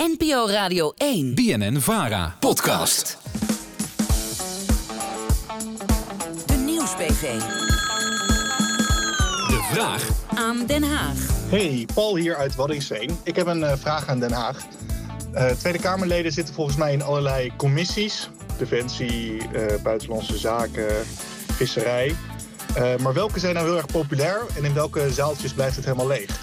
NPO Radio 1. BNN-VARA. Podcast. De Nieuws-PV. De vraag aan Den Haag. Hey, Paul hier uit Waddinxveen. Ik heb een vraag aan Den Haag. Tweede Kamerleden zitten volgens mij in allerlei commissies. Defensie, buitenlandse zaken, visserij. Maar welke zijn nou heel erg populair en in welke zaaltjes blijft het helemaal leeg?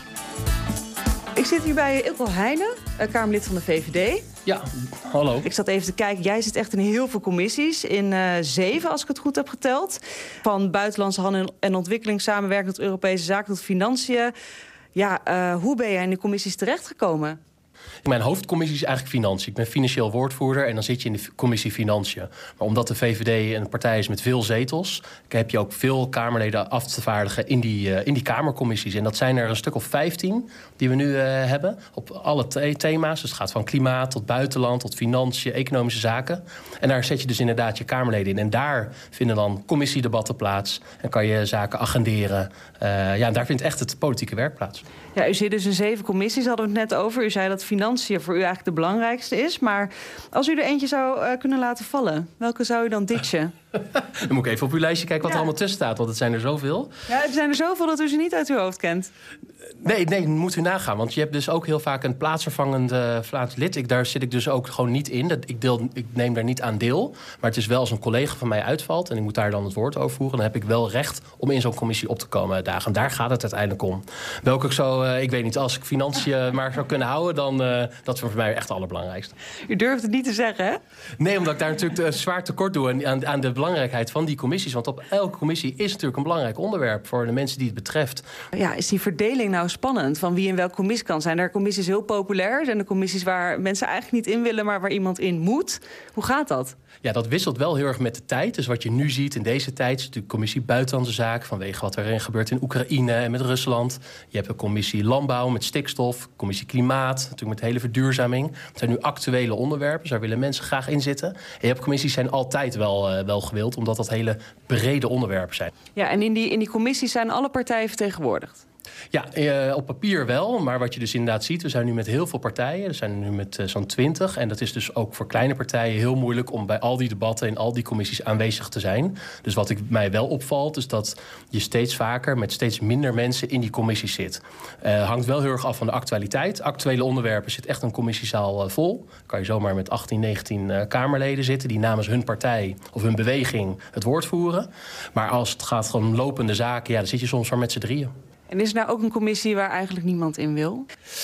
Ik zit hier bij Ilko Heijnen, Kamerlid van de VVD. Ja, hallo. Ik zat even te kijken. Jij zit echt in heel veel commissies. In 7, als ik het goed heb geteld. Van buitenlandse handel en ontwikkelingssamenwerking tot Europese zaken tot financiën. Ja, hoe ben jij in de commissies terechtgekomen? Mijn hoofdcommissie is eigenlijk financiën. Ik ben financieel woordvoerder en dan zit je in de commissie financiën. Maar omdat de VVD een partij is met veel zetels, heb je ook veel Kamerleden af te vaardigen in die Kamercommissies. En dat zijn er een stuk of 15 die we nu hebben op alle thema's. Dus het gaat van klimaat tot buitenland, tot financiën, economische zaken. En daar zet je dus inderdaad je Kamerleden in. En daar vinden dan commissiedebatten plaats en kan je zaken agenderen. En daar vindt echt het politieke werk plaats. Ja, u zit dus in 7 commissies, hadden we het net over. U zei dat financiën voor u eigenlijk de belangrijkste is. Maar als u er eentje zou kunnen laten vallen, welke zou u dan ditchen? Dan moet ik even op uw lijstje kijken wat er allemaal tussen staat, want het zijn er zoveel. Ja, er zijn er zoveel dat u ze niet uit uw hoofd kent. Nee, moet u nagaan. Want je hebt dus ook heel vaak een plaatsvervangend lid. Daar zit ik dus ook gewoon niet in. Ik neem daar niet aan deel. Maar het is wel als een collega van mij uitvalt en ik moet daar dan het woord over voeren, dan heb ik wel recht om in zo'n commissie op te komen dagen. En daar gaat het uiteindelijk om. Welke ik zo, ik weet niet, als ik financiën maar zou kunnen houden, dan dat is voor mij echt het allerbelangrijkste. U durft het niet te zeggen, hè? Nee, omdat ik daar natuurlijk zwaar tekort doe aan de belangrijkheid van die commissies. Want op elke commissie is natuurlijk een belangrijk onderwerp voor de mensen die het betreft. Ja, is die verdeling nou spannend van wie in welke commissie kan? Zijn er commissies heel populair? Zijn er commissies waar mensen eigenlijk niet in willen, maar waar iemand in moet? Hoe gaat dat? Ja, dat wisselt wel heel erg met de tijd. Dus wat je nu ziet in deze tijd is natuurlijk commissie Buitenlandse Zaken, vanwege wat er gebeurt in Oekraïne en met Rusland. Je hebt een commissie Landbouw met stikstof, commissie Klimaat, natuurlijk met de hele verduurzaming. Het zijn nu actuele onderwerpen, dus daar willen mensen graag in zitten. En je hebt commissies zijn altijd wel gewild, omdat dat hele brede onderwerpen zijn. Ja, en in die commissies zijn alle partijen vertegenwoordigd? Ja, op papier wel. Maar wat je dus inderdaad ziet, we zijn nu met heel veel partijen. We zijn nu met zo'n 20. En dat is dus ook voor kleine partijen heel moeilijk om bij al die debatten in al die commissies aanwezig te zijn. Dus wat mij wel opvalt, is dat je steeds vaker met steeds minder mensen in die commissies zit. Hangt wel heel erg af van de actualiteit. Actuele onderwerpen zit echt een commissiezaal vol. Kan je zomaar met 18, 19 Kamerleden zitten die namens hun partij of hun beweging het woord voeren. Maar als het gaat om lopende zaken, dan zit je soms maar met z'n drieën. En is er nou ook een commissie waar eigenlijk niemand in wil?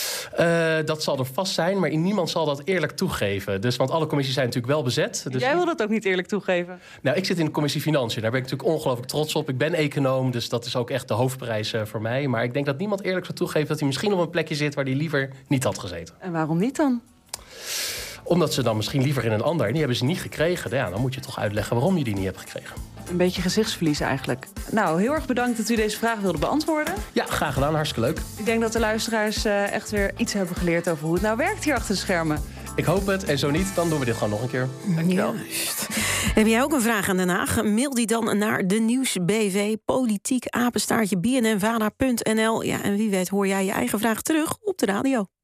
Dat zal er vast zijn, maar niemand zal dat eerlijk toegeven. Dus, want alle commissies zijn natuurlijk wel bezet. Dus jij wil dat ook niet eerlijk toegeven? Nou, ik zit in de commissie Financiën. Daar ben ik natuurlijk ongelooflijk trots op. Ik ben econoom, dus dat is ook echt de hoofdprijs voor mij. Maar ik denk dat niemand eerlijk zou toegeven dat hij misschien op een plekje zit waar hij liever niet had gezeten. En waarom niet dan? Omdat ze dan misschien liever in een ander. En die hebben ze niet gekregen. Ja, dan moet je toch uitleggen waarom je die niet hebt gekregen. Een beetje gezichtsverlies eigenlijk. Nou, heel erg bedankt dat u deze vraag wilde beantwoorden. Ja, graag gedaan. Hartstikke leuk. Ik denk dat de luisteraars echt weer iets hebben geleerd over hoe het nou werkt hier achter de schermen. Ik hoop het. En zo niet, dan doen we dit gewoon nog een keer. Dankjewel. Juist. Heb jij ook een vraag aan Den Haag? Mail die dan naar de Nieuws-BV, politiek, @bnnvara.nl. Ja, en wie weet hoor jij je eigen vraag terug op de radio.